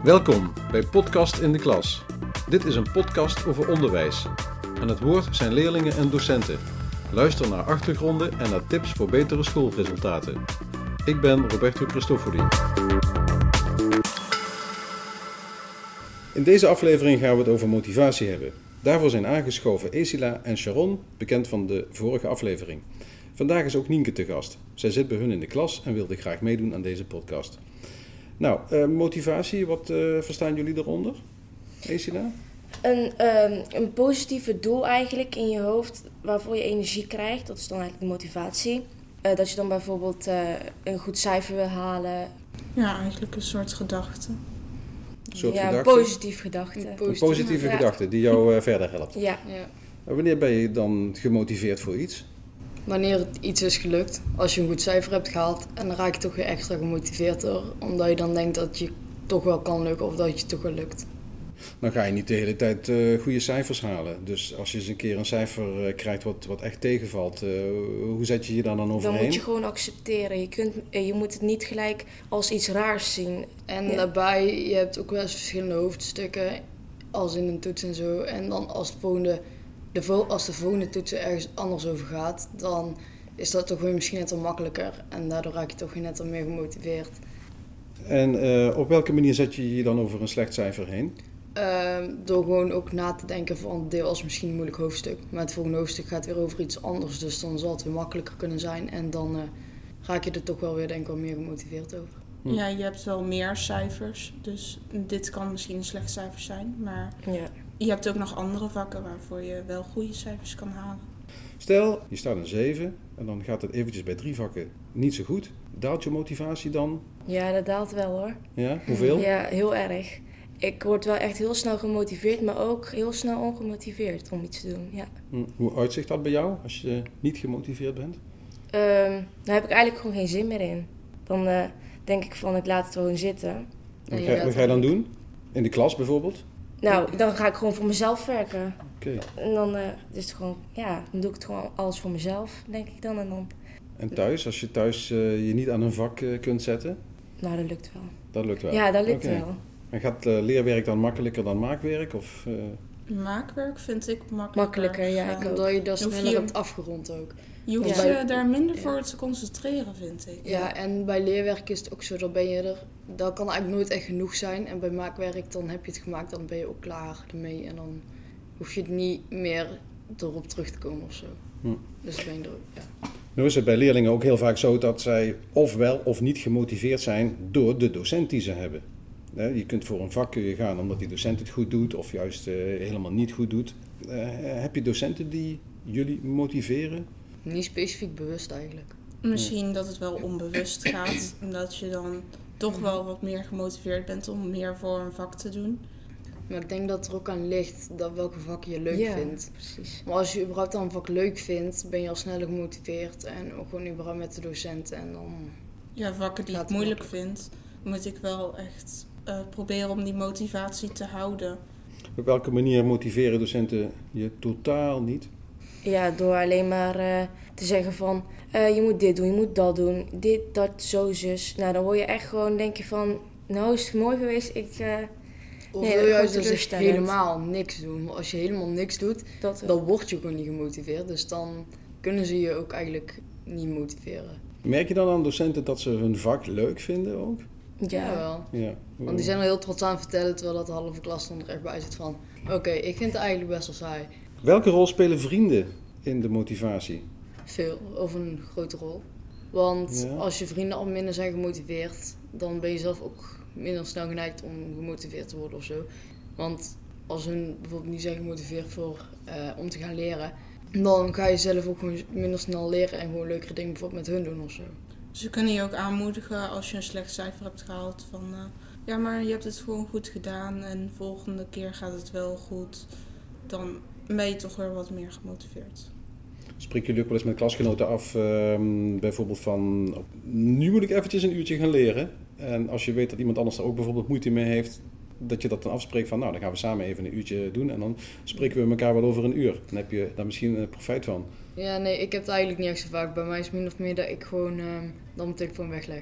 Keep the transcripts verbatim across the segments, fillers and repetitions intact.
Welkom bij Podcast in de Klas. Dit is een podcast over onderwijs. Aan het woord zijn leerlingen en docenten. Luister naar achtergronden en naar tips voor betere schoolresultaten. Ik ben Roberto Cristofori. In deze aflevering gaan we het over motivatie hebben. Daarvoor zijn aangeschoven Esila en Sharon, bekend van de vorige aflevering. Vandaag is ook Nienke te gast. Zij zit bij hun in de klas en wilde graag meedoen aan deze podcast. Nou, uh, motivatie, wat uh, verstaan jullie eronder? Esila? Een, um, een positieve doel eigenlijk in je hoofd waarvoor je energie krijgt. Dat is dan eigenlijk de motivatie. Uh, dat je dan bijvoorbeeld uh, een goed cijfer wil halen. Ja, eigenlijk een soort gedachte. Een soort ja, gedachte? een positief gedachte. Een positieve, een positieve ja. gedachte die jou uh, verder helpt. Ja. ja. En wanneer ben je dan gemotiveerd voor iets? Wanneer het iets is gelukt, als je een goed cijfer hebt gehaald en dan raak je toch weer extra gemotiveerd door, omdat je dan denkt dat je toch wel kan lukken of dat je toch wel lukt. Dan ga je niet de hele tijd uh, goede cijfers halen. Dus als je eens een keer een cijfer uh, krijgt wat, wat echt tegenvalt, uh, hoe zet je je dan dan overheen? Dan moet je gewoon accepteren. Je, kunt, je moet het niet gelijk als iets raars zien. En ja. daarbij, je hebt ook wel eens verschillende hoofdstukken, als in een toets en zo. En dan als, het volgende, de, vo- als de volgende toets er ergens anders over gaat, dan is dat toch weer misschien net al makkelijker. En daardoor raak je toch weer net al meer gemotiveerd. En uh, op welke manier zet je je dan over een slecht cijfer heen? Uh, door gewoon ook na te denken van deel als misschien een moeilijk hoofdstuk. Maar het volgende hoofdstuk gaat weer over iets anders. Dus dan zal het weer makkelijker kunnen zijn. En dan uh, raak je er toch wel weer denk ik wel meer gemotiveerd over. Hm. Ja, je hebt wel meer cijfers. Dus dit kan misschien een slecht cijfer zijn. Maar ja. je hebt ook nog andere vakken waarvoor je wel goede cijfers kan halen. Stel, je staat een zeven en dan gaat het eventjes bij drie vakken niet zo goed. Daalt je motivatie dan? Ja, dat daalt wel hoor. Ja, hoeveel? Ja, heel erg. Ik word wel echt heel snel gemotiveerd, maar ook heel snel ongemotiveerd om iets te doen. Ja. Hoe uitzicht dat bij jou als je niet gemotiveerd bent? Um, dan heb ik eigenlijk gewoon geen zin meer in. Dan uh, denk ik van ik laat het gewoon zitten. En wat, ga, wat ga je dan doen? In de klas bijvoorbeeld? Nou, dan ga ik gewoon voor mezelf werken. Oké. Okay. En dan, uh, dus gewoon, ja, dan doe ik het gewoon alles voor mezelf, denk ik dan. En, dan... en thuis, als je thuis uh, je niet aan een vak uh, kunt zetten? Nou, dat lukt wel. Dat lukt wel? Ja, dat lukt okay. wel. En gaat uh, leerwerk dan makkelijker dan maakwerk? Of, uh... Maakwerk vind ik makkelijker. Makkelijker, ja. Ik Omdat je dat sneller hebt afgerond ook. Je hoeft ja. je daar minder ja. voor te concentreren, vind ik. Ja, en bij leerwerk is het ook zo, dat ben je er, dat kan eigenlijk nooit echt genoeg zijn. En bij maakwerk, dan heb je het gemaakt, dan ben je ook klaar ermee. En dan hoef je het niet meer erop terug te komen of zo. Hm. Dus dan ben je er ook, ja. Nu is het bij leerlingen ook heel vaak zo dat zij ofwel of niet gemotiveerd zijn door de docent die ze hebben. Je kunt voor een vak kun je gaan omdat die docent het goed doet of juist uh, helemaal niet goed doet. Uh, heb je docenten die jullie motiveren? Niet specifiek bewust eigenlijk. Misschien dat het wel onbewust gaat. Omdat je dan toch wel wat meer gemotiveerd bent om meer voor een vak te doen. Maar ik denk dat het er ook aan ligt dat welke vak je leuk ja, vindt. Precies. Maar als je überhaupt dan een vak leuk vindt, ben je al sneller gemotiveerd. En ook gewoon überhaupt met de docenten. En dan ja, vakken die ik moeilijk vind, moet ik wel echt uh, proberen om die motivatie te houden. Op welke manier motiveren docenten je totaal niet? Ja, door alleen maar uh, te zeggen van, uh, je moet dit doen, je moet dat doen, dit, dat, zo, zus. Nou, dan word je echt gewoon, denk je van, nou is het mooi geweest, ik... Uh, of nee, wil je juist dus helemaal niks doen. Maar als je helemaal niks doet, dat, dan word je gewoon niet gemotiveerd. Dus dan kunnen ze je ook eigenlijk niet motiveren. Merk je dan aan docenten dat ze hun vak leuk vinden ook? Ja, ja wel. Ja. Want die zijn er heel trots aan het vertellen, terwijl dat de halve klas er echt bij zit van... Oké, okay, ik vind het eigenlijk best wel saai. Welke rol spelen vrienden in de motivatie? Veel, of een grote rol. Want ja. als je vrienden al minder zijn gemotiveerd, dan ben je zelf ook minder snel geneigd om gemotiveerd te worden of zo. Want als hun bijvoorbeeld niet zijn gemotiveerd voor, uh, om te gaan leren, dan ga je zelf ook gewoon minder snel leren en gewoon leukere dingen bijvoorbeeld met hun doen of zo. Ze kunnen je ook aanmoedigen als je een slecht cijfer hebt gehaald van uh, ja, maar je hebt het gewoon goed gedaan en de volgende keer gaat het wel goed. Dan ben je toch weer wat meer gemotiveerd. Spreken jullie ook wel eens met klasgenoten af, uh, bijvoorbeeld van, nu moet ik eventjes een uurtje gaan leren. En als je weet dat iemand anders er ook bijvoorbeeld moeite mee heeft, dat je dat dan afspreekt van, nou dan gaan we samen even een uurtje doen en dan spreken we elkaar wel over een uur. Dan heb je daar misschien uh, profijt van. Ja, nee, ik heb het eigenlijk niet echt zo vaak. Bij mij is het min of meer dat ik gewoon uh, dan mijn telefoon wegleg.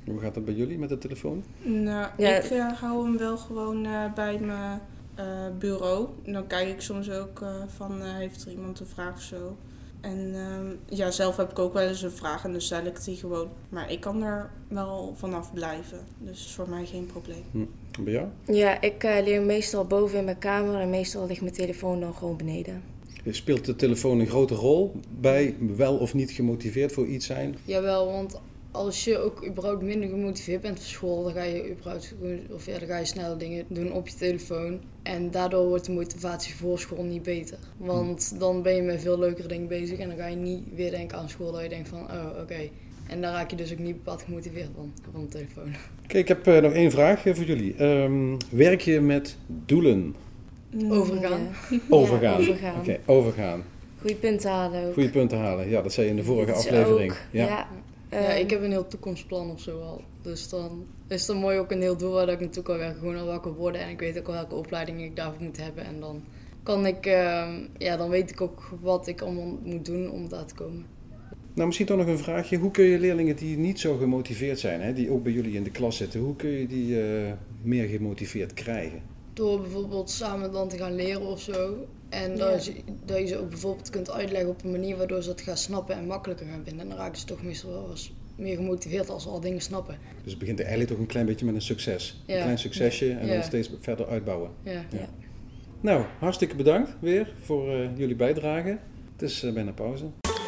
Hoe gaat het bij jullie met de telefoon? Nou, Ja. ik uh, hou hem wel gewoon uh, bij mijn uh, bureau. Dan kijk ik soms ook uh, van, uh, heeft er iemand een vraag of zo. En uh, ja, zelf heb ik ook wel eens een vraag en dan stel ik die gewoon. Maar ik kan er wel vanaf blijven. Dus is voor mij geen probleem. Hm. Bij jou? Ja, ik uh, leer meestal boven in mijn kamer en meestal ligt mijn telefoon dan gewoon beneden. Speelt de telefoon een grote rol bij wel of niet gemotiveerd voor iets zijn? Jawel, want als je ook überhaupt minder gemotiveerd bent voor school, dan ga je überhaupt, of ja, dan ga je snelle dingen doen op je telefoon. En daardoor wordt de motivatie voor school niet beter. Want dan ben je met veel leukere dingen bezig en dan ga je niet weer denken aan school dat je denkt van, oh oké. Okay. En daar raak je dus ook niet bepaald gemotiveerd van, van de telefoon. Oké, ik heb uh, nog één vraag uh, voor jullie. Um, werk je met doelen? Overgaan. Ja. Overgaan. Ja, overgaan. Oké, okay, overgaan. Goeie punten halen ook. Goeie punten halen, ja, dat zei je in de vorige Dat is aflevering. Ook, ja. ja. Ja, ik heb een heel toekomstplan of zo al. Dus dan is het mooi ook een heel doel waar ik naartoe kan werken. Gewoon al welke worden en ik weet ook al welke opleiding ik daarvoor moet hebben. En dan kan ik, uh, ja, dan weet ik ook wat ik allemaal moet doen om daar te komen. Nou, misschien toch nog een vraagje. Hoe kun je leerlingen die niet zo gemotiveerd zijn, hè, die ook bij jullie in de klas zitten, hoe kun je die uh, meer gemotiveerd krijgen? Door bijvoorbeeld samen dan te gaan leren of zo. En Ja. dat, je, dat je ze ook bijvoorbeeld kunt uitleggen op een manier waardoor ze het gaan snappen en makkelijker gaan vinden. En dan raken ze toch meestal wel eens meer gemotiveerd als ze al dingen snappen. Dus het begint eigenlijk toch een klein beetje met een succes. Ja. Een klein succesje en Ja. dan steeds verder uitbouwen. Ja. Ja. Ja. Nou, hartstikke bedankt weer voor uh, jullie bijdrage. Het is uh, bijna pauze.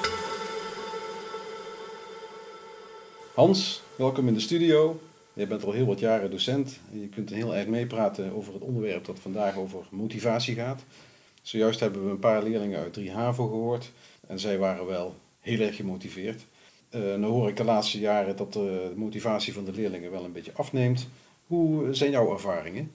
Hans, welkom in de studio. Je bent al heel wat jaren docent en je kunt een heel eind meepraten over het onderwerp dat vandaag over motivatie gaat. Zojuist hebben we een paar leerlingen uit drie HAVO gehoord en zij waren wel heel erg gemotiveerd. Uh, nou hoor ik de laatste jaren dat de motivatie van de leerlingen wel een beetje afneemt. Hoe zijn jouw ervaringen?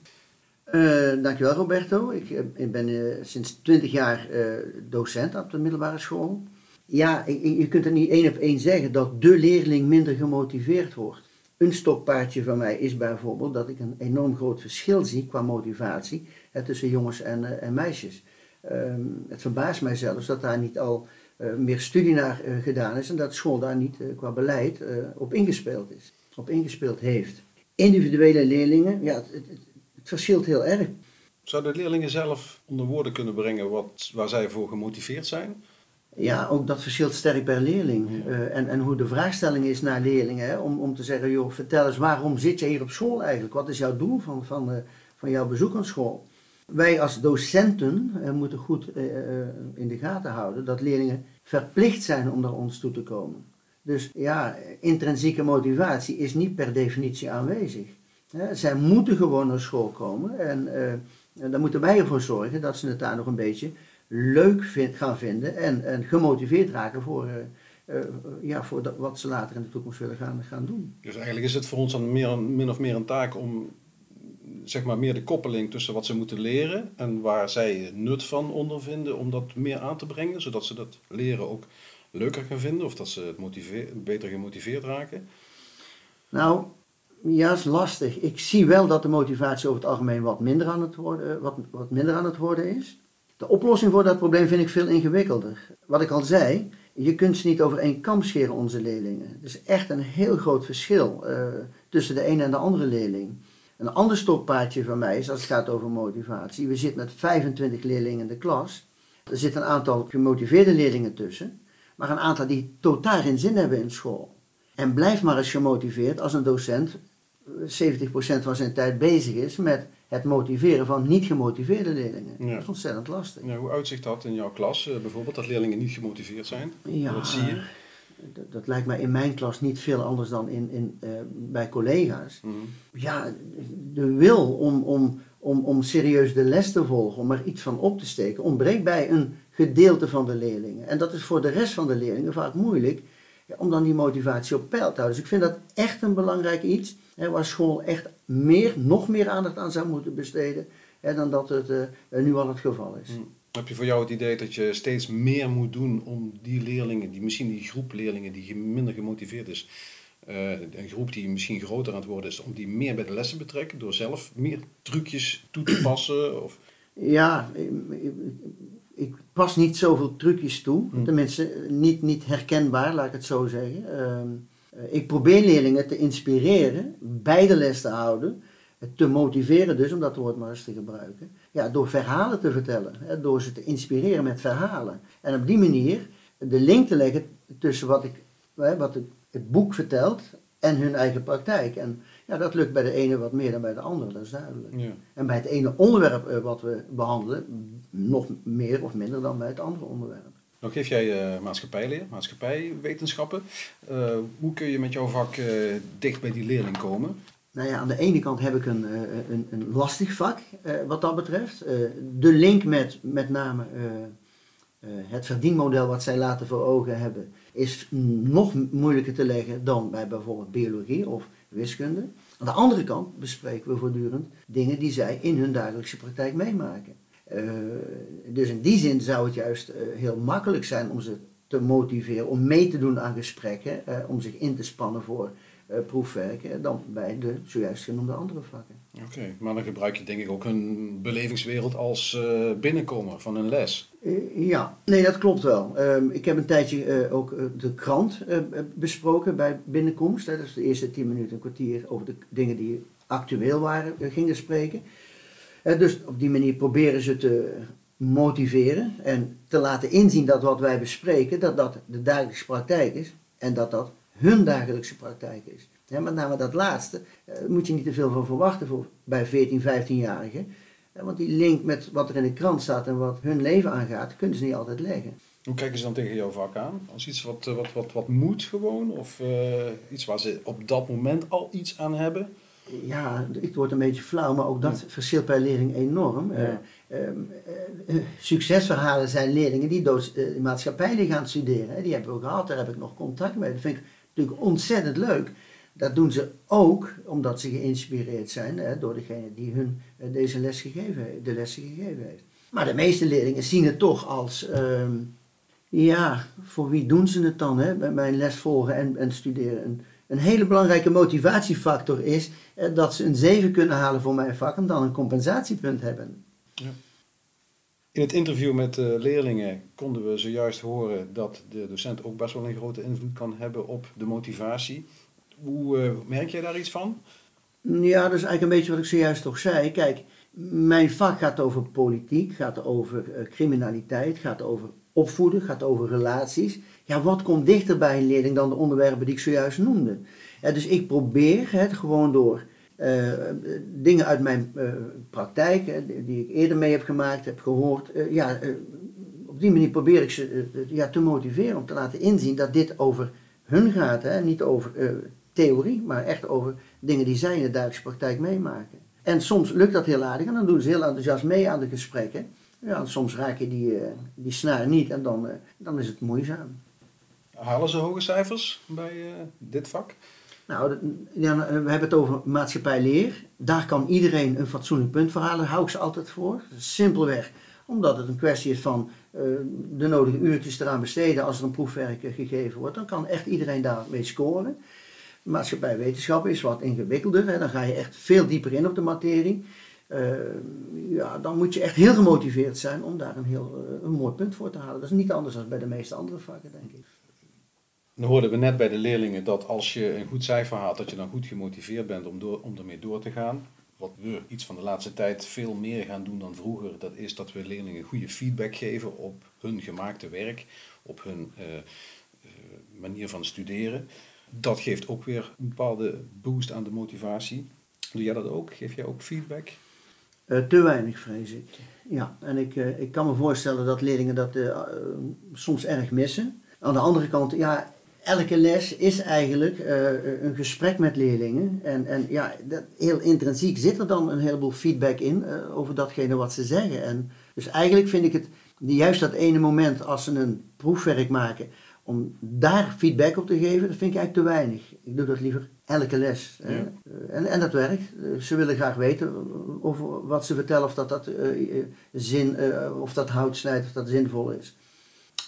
Uh, dankjewel Roberto. Ik, ik ben uh, sinds twintig jaar uh, docent op de middelbare school. Ja, je, je kunt er niet één op één zeggen dat de leerling minder gemotiveerd wordt. Een stokpaardje van mij is bijvoorbeeld dat ik een enorm groot verschil zie qua motivatie hè, tussen jongens en, uh, en meisjes. Um, het verbaast mij zelfs dat daar niet al uh, meer studie naar uh, gedaan is en dat school daar niet uh, qua beleid uh, op ingespeeld is, op ingespeeld heeft. Individuele leerlingen, ja, het, het, het verschilt heel erg. Zouden de leerlingen zelf onder woorden kunnen brengen wat, waar zij voor gemotiveerd zijn? Ja, ook dat verschilt sterk per leerling. Ja. Uh, en, en hoe de vraagstelling is naar leerlingen, hè, om, om te zeggen, joh, vertel eens, waarom zit je hier op school eigenlijk? Wat is jouw doel van, van, uh, van jouw bezoek aan school? Wij als docenten uh, moeten goed uh, uh, in de gaten houden dat leerlingen verplicht zijn om naar ons toe te komen. Dus ja, intrinsieke motivatie is niet per definitie aanwezig. Hè, zij moeten gewoon naar school komen en uh, dan moeten wij ervoor zorgen dat ze het daar nog een beetje leuk vind, gaan vinden en, en gemotiveerd raken voor, uh, uh, ja, voor dat, wat ze later in de toekomst willen gaan, gaan doen. Dus eigenlijk is het voor ons dan meer, min of meer een taak om zeg maar, meer de koppeling tussen wat ze moeten leren en waar zij nut van ondervinden om dat meer aan te brengen, zodat ze dat leren ook leuker gaan vinden of dat ze het motiveer, beter gemotiveerd raken? Nou, ja, is lastig. Ik zie wel dat de motivatie over het algemeen wat minder aan het worden, wat, wat minder aan het worden is. De oplossing voor dat probleem vind ik veel ingewikkelder. Wat ik al zei, je kunt ze niet over één kam scheren, onze leerlingen. Er is echt een heel groot verschil uh, tussen de ene en de andere leerling. Een ander stokpaardje van mij is, als het gaat over motivatie, we zitten met vijfentwintig leerlingen in de klas. Er zit een aantal gemotiveerde leerlingen tussen, maar een aantal die totaal geen zin hebben in school. En blijf maar eens gemotiveerd als een docent zeventig procent van zijn tijd bezig is met het motiveren van niet gemotiveerde leerlingen. Ja. Dat is ontzettend lastig. Ja, hoe uitzicht dat in jouw klas uh, bijvoorbeeld, dat leerlingen niet gemotiveerd zijn? Ja, wat zie je? Dat, dat lijkt mij in mijn klas niet veel anders dan in, in, uh, bij collega's. Mm-hmm. Ja, de wil om, om, om, om serieus de les te volgen, om er iets van op te steken, ontbreekt bij een gedeelte van de leerlingen. En dat is voor de rest van de leerlingen vaak moeilijk, ja, om dan die motivatie op peil te houden. Dus ik vind dat echt een belangrijk iets, hè, waar school echt meer, nog meer aandacht aan zou moeten besteden, hè, dan dat het uh, nu al het geval is. Mm. Heb je voor jou het idee dat je steeds meer moet doen om die leerlingen, die misschien die groep leerlingen die minder gemotiveerd is, uh, een groep die misschien groter aan het worden is, om die meer bij de lessen te betrekken, door zelf meer trucjes toe te passen? Of? Ja, ik, ik pas niet zoveel trucjes toe, hmm. tenminste niet, niet herkenbaar, laat ik het zo zeggen. Uh, Uh, ik probeer leerlingen te inspireren, bij de les te houden, te motiveren dus, om dat woord maar eens te gebruiken, ja, door verhalen te vertellen, hè, door ze te inspireren met verhalen. En op die manier de link te leggen tussen wat, ik, hè, wat het, het boek vertelt en hun eigen praktijk. En ja, dat lukt bij de ene wat meer dan bij de andere, dat is duidelijk. Ja. En bij het ene onderwerp uh, wat we behandelen, nog meer of minder dan bij het andere onderwerp. Nou geef jij uh, maatschappijleer, maatschappijwetenschappen. Uh, hoe kun je met jouw vak uh, dicht bij die leerling komen? Nou ja, aan de ene kant heb ik een, uh, een, een lastig vak uh, wat dat betreft. Uh, de link met met name uh, uh, het verdienmodel wat zij later voor ogen hebben is nog moeilijker te leggen dan bij bijvoorbeeld biologie of wiskunde. Aan de andere kant bespreken we voortdurend dingen die zij in hun dagelijkse praktijk meemaken. Uh, dus in die zin zou het juist uh, heel makkelijk zijn om ze te motiveren, om mee te doen aan gesprekken, uh, om zich in te spannen voor uh, proefwerken, dan bij de zojuist genoemde andere vakken. Oké, okay, maar dan gebruik je denk ik ook een belevingswereld als uh, binnenkomer van een les. Uh, ja, nee, dat klopt wel. Uh, ik heb een tijdje uh, ook uh, de krant uh, besproken bij binnenkomst. Hè, dus de eerste tien minuten, een kwartier over de dingen die actueel waren, uh, gingen spreken. Uh, dus op die manier proberen ze te motiveren en te laten inzien dat wat wij bespreken, dat dat de dagelijkse praktijk is en dat dat hun dagelijkse praktijk is. Ja, met name dat laatste uh, moet je niet te veel van verwachten voor, bij veertien, vijftienjarigen. Uh, want die link met wat er in de krant staat en wat hun leven aangaat, kunnen ze niet altijd leggen. Hoe kijken ze dan tegen jouw vak aan? Als iets wat, wat, wat, wat moet gewoon? Of uh, iets waar ze op dat moment al iets aan hebben? Ja, het wordt een beetje flauw, maar ook dat ja. verschilt per leerling enorm. Ja. Uh, uh, uh, succesverhalen zijn leerlingen die dood, uh, maatschappijleer gaan studeren. Hè. Die hebben we ook gehad, daar heb ik nog contact mee. Dat vind ik natuurlijk ontzettend leuk. Dat doen ze ook omdat ze geïnspireerd zijn hè, door degene die hun uh, deze les gegeven heeft, de lessen gegeven heeft. Maar de meeste leerlingen zien het toch als, uh, ja, voor wie doen ze het dan? Hè? Bij mijn les volgen en, en studeren. Een, een hele belangrijke motivatiefactor is uh, dat ze een zeven kunnen halen voor mijn vak en dan een compensatiepunt hebben. Ja. In het interview met de leerlingen konden we zojuist horen dat de docent ook best wel een grote invloed kan hebben op de motivatie. Hoe uh, merk jij daar iets van? Ja, dat is eigenlijk een beetje wat ik zojuist toch zei. Kijk, mijn vak gaat over politiek, gaat over uh, criminaliteit, gaat over opvoeden, gaat over relaties. Ja, wat komt dichter bij een leerling dan de onderwerpen die ik zojuist noemde? Ja, dus ik probeer het gewoon door uh, dingen uit mijn uh, praktijk, hè, die ik eerder mee heb gemaakt, heb gehoord. Uh, ja, uh, op die manier probeer ik ze uh, ja, te motiveren om te laten inzien dat dit over hun gaat. Hè, niet over uh, theorie, maar echt over dingen die zij in de dagelijkse praktijk meemaken. En soms lukt dat heel aardig en dan doen ze heel enthousiast mee aan de gesprekken. Ja, en soms raak je die, uh, die snaar niet en dan, uh, dan is het moeizaam. Halen ze hoge cijfers bij uh, dit vak? Nou, ja, we hebben het over maatschappijleer. Daar kan iedereen een fatsoenlijk punt voor halen, daar hou ik ze altijd voor. Simpelweg omdat het een kwestie is van uh, de nodige uurtjes eraan besteden als er een proefwerk uh, gegeven wordt. Dan kan echt iedereen daarmee scoren. Maatschappijwetenschap is wat ingewikkelder. Hè. Dan ga je echt veel dieper in op de materie. Uh, ja, dan moet je echt heel gemotiveerd zijn om daar een heel uh, een mooi punt voor te halen. Dat is niet anders dan bij de meeste andere vakken, denk ik. Dan hoorden we net bij de leerlingen dat als je een goed cijfer haalt, dat je dan goed gemotiveerd bent om, door, om ermee door te gaan. Wat we iets van de laatste tijd veel meer gaan doen dan vroeger, dat is dat we leerlingen goede feedback geven op hun gemaakte werk, op hun uh, uh, manier van studeren. Dat geeft ook weer een bepaalde boost aan de motivatie. Doe jij dat ook? Geef jij ook feedback? Uh, te weinig, vrees ik. Ja, en ik, uh, ik kan me voorstellen dat leerlingen dat uh, uh, soms erg missen. Aan de andere kant, ja, elke les is eigenlijk uh, een gesprek met leerlingen. En, en ja, dat, heel intrinsiek zit er dan een heleboel feedback in uh, over datgene wat ze zeggen. En dus eigenlijk vind ik het juist dat ene moment als ze een proefwerk maken, om daar feedback op te geven, dat vind ik eigenlijk te weinig. Ik doe dat liever elke les. Ja. Uh, en, en dat werkt. Uh, ze willen graag weten of wat ze vertellen, of dat, dat, uh, zin, uh, of dat hout snijdt, of dat zinvol is.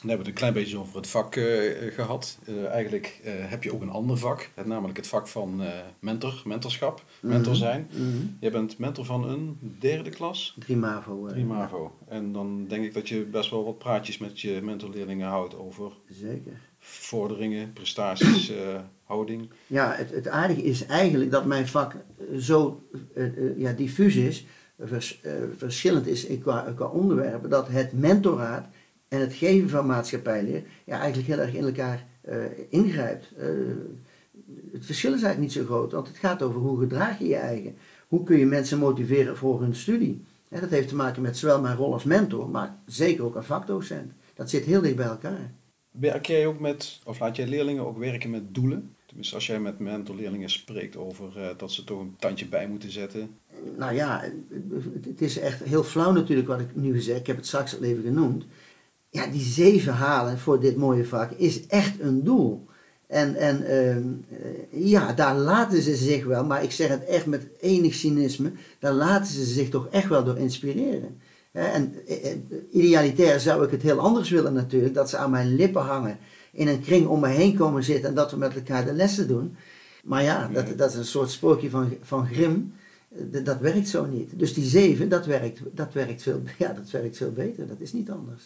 Dan hebben we het een klein beetje over het vak uh, gehad. Uh, eigenlijk uh, heb je ook een ander vak. Het, namelijk het vak van uh, mentor, mentorschap, mentor mm-hmm. zijn. Mm-hmm. Jij bent mentor van een derde klas? Drie MAVO. Uh, Drie MAVO. Ja. En dan denk ik dat je best wel wat praatjes met je mentorleerlingen houdt over... Zeker. Vorderingen, prestaties, uh, houding. Ja, het, het aardige is eigenlijk dat mijn vak zo uh, uh, ja, diffuus is, vers, uh, verschillend is qua, qua onderwerpen, dat het mentoraat en het geven van maatschappijleer ja, eigenlijk heel erg in elkaar uh, ingrijpt. Uh, het verschil is eigenlijk niet zo groot, want het gaat over hoe gedraag je je eigen. Hoe kun je mensen motiveren voor hun studie? Ja, dat heeft te maken met zowel mijn rol als mentor, maar zeker ook als vakdocent. Dat zit heel dicht bij elkaar. Werk jij ook met, of laat jij leerlingen ook werken met doelen? Tenminste, als jij met mentorleerlingen spreekt over uh, dat ze toch een tandje bij moeten zetten. Nou ja, het is echt heel flauw natuurlijk wat ik nu zeg. Ik heb het straks al even genoemd. Ja, die zeven halen voor dit mooie vak is echt een doel. En, en uh, ja, daar laten ze zich wel, maar ik zeg het echt met enig cynisme, daar laten ze zich toch echt wel door inspireren. En idealitair zou ik het heel anders willen natuurlijk, dat ze aan mijn lippen hangen, in een kring om me heen komen zitten en dat we met elkaar de lessen doen. Maar ja, dat, dat is een soort sprookje van, van Grimm, dat, dat werkt zo niet. Dus die zeven, dat werkt, dat, werkt veel, ja, dat werkt veel beter, dat is niet anders.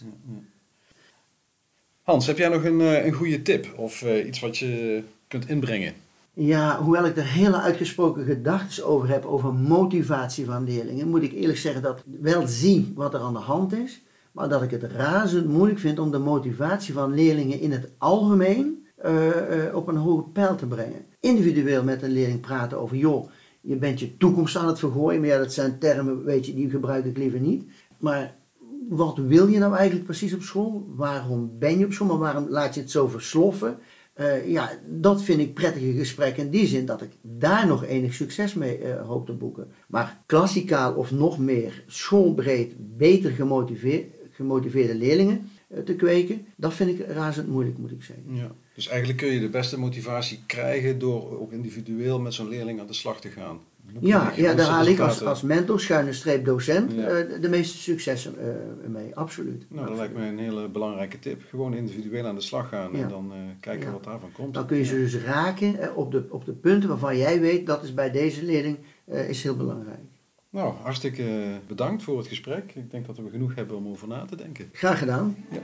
Hans, heb jij nog een, een goede tip of uh, iets wat je kunt inbrengen? Ja, hoewel ik er hele uitgesproken gedachten over heb, over motivatie van leerlingen, moet ik eerlijk zeggen dat ik wel zie wat er aan de hand is, maar dat ik het razend moeilijk vind om de motivatie van leerlingen in het algemeen uh, uh, op een hoge pijl te brengen. Individueel met een leerling praten over, joh, je bent je toekomst aan het vergooien, maar ja, dat zijn termen, weet je, die gebruik ik liever niet. Maar wat wil je nou eigenlijk precies op school? Waarom ben je op school, maar waarom laat je het zo versloffen? Uh, ja, dat vind ik prettige gesprekken in die zin dat ik daar nog enig succes mee uh, hoop te boeken. Maar klassikaal of nog meer schoolbreed beter gemotiveerd, gemotiveerde leerlingen uh, te kweken, dat vind ik razend moeilijk, moet ik zeggen. Ja, dus eigenlijk kun je de beste motivatie krijgen door ook individueel met zo'n leerling aan de slag te gaan. Ja, ja, daar haal ik als, als mentor, schuine streep docent, ja. uh, de meeste successen uh, mee, absoluut. Nou, dat lijkt mij een hele belangrijke tip. Gewoon individueel aan de slag gaan ja. en dan uh, kijken ja. wat daarvan komt. Dan kun je ze dus raken uh, op, de, op de punten waarvan jij weet, dat is bij deze leerling uh, is heel belangrijk. Nou, hartstikke bedankt voor het gesprek. Ik denk dat we genoeg hebben om over na te denken. Graag gedaan. Ja.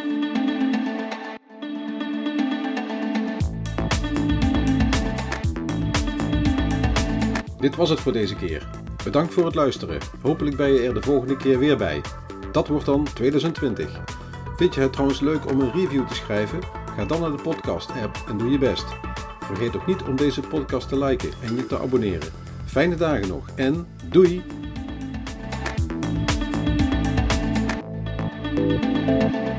Dit was het voor deze keer. Bedankt voor het luisteren. Hopelijk ben je er de volgende keer weer bij. Dat wordt dan twintig twintig. Vind je het trouwens leuk om een review te schrijven? Ga dan naar de podcast-app en doe je best. Vergeet ook niet om deze podcast te liken en je te abonneren. Fijne dagen nog en doei!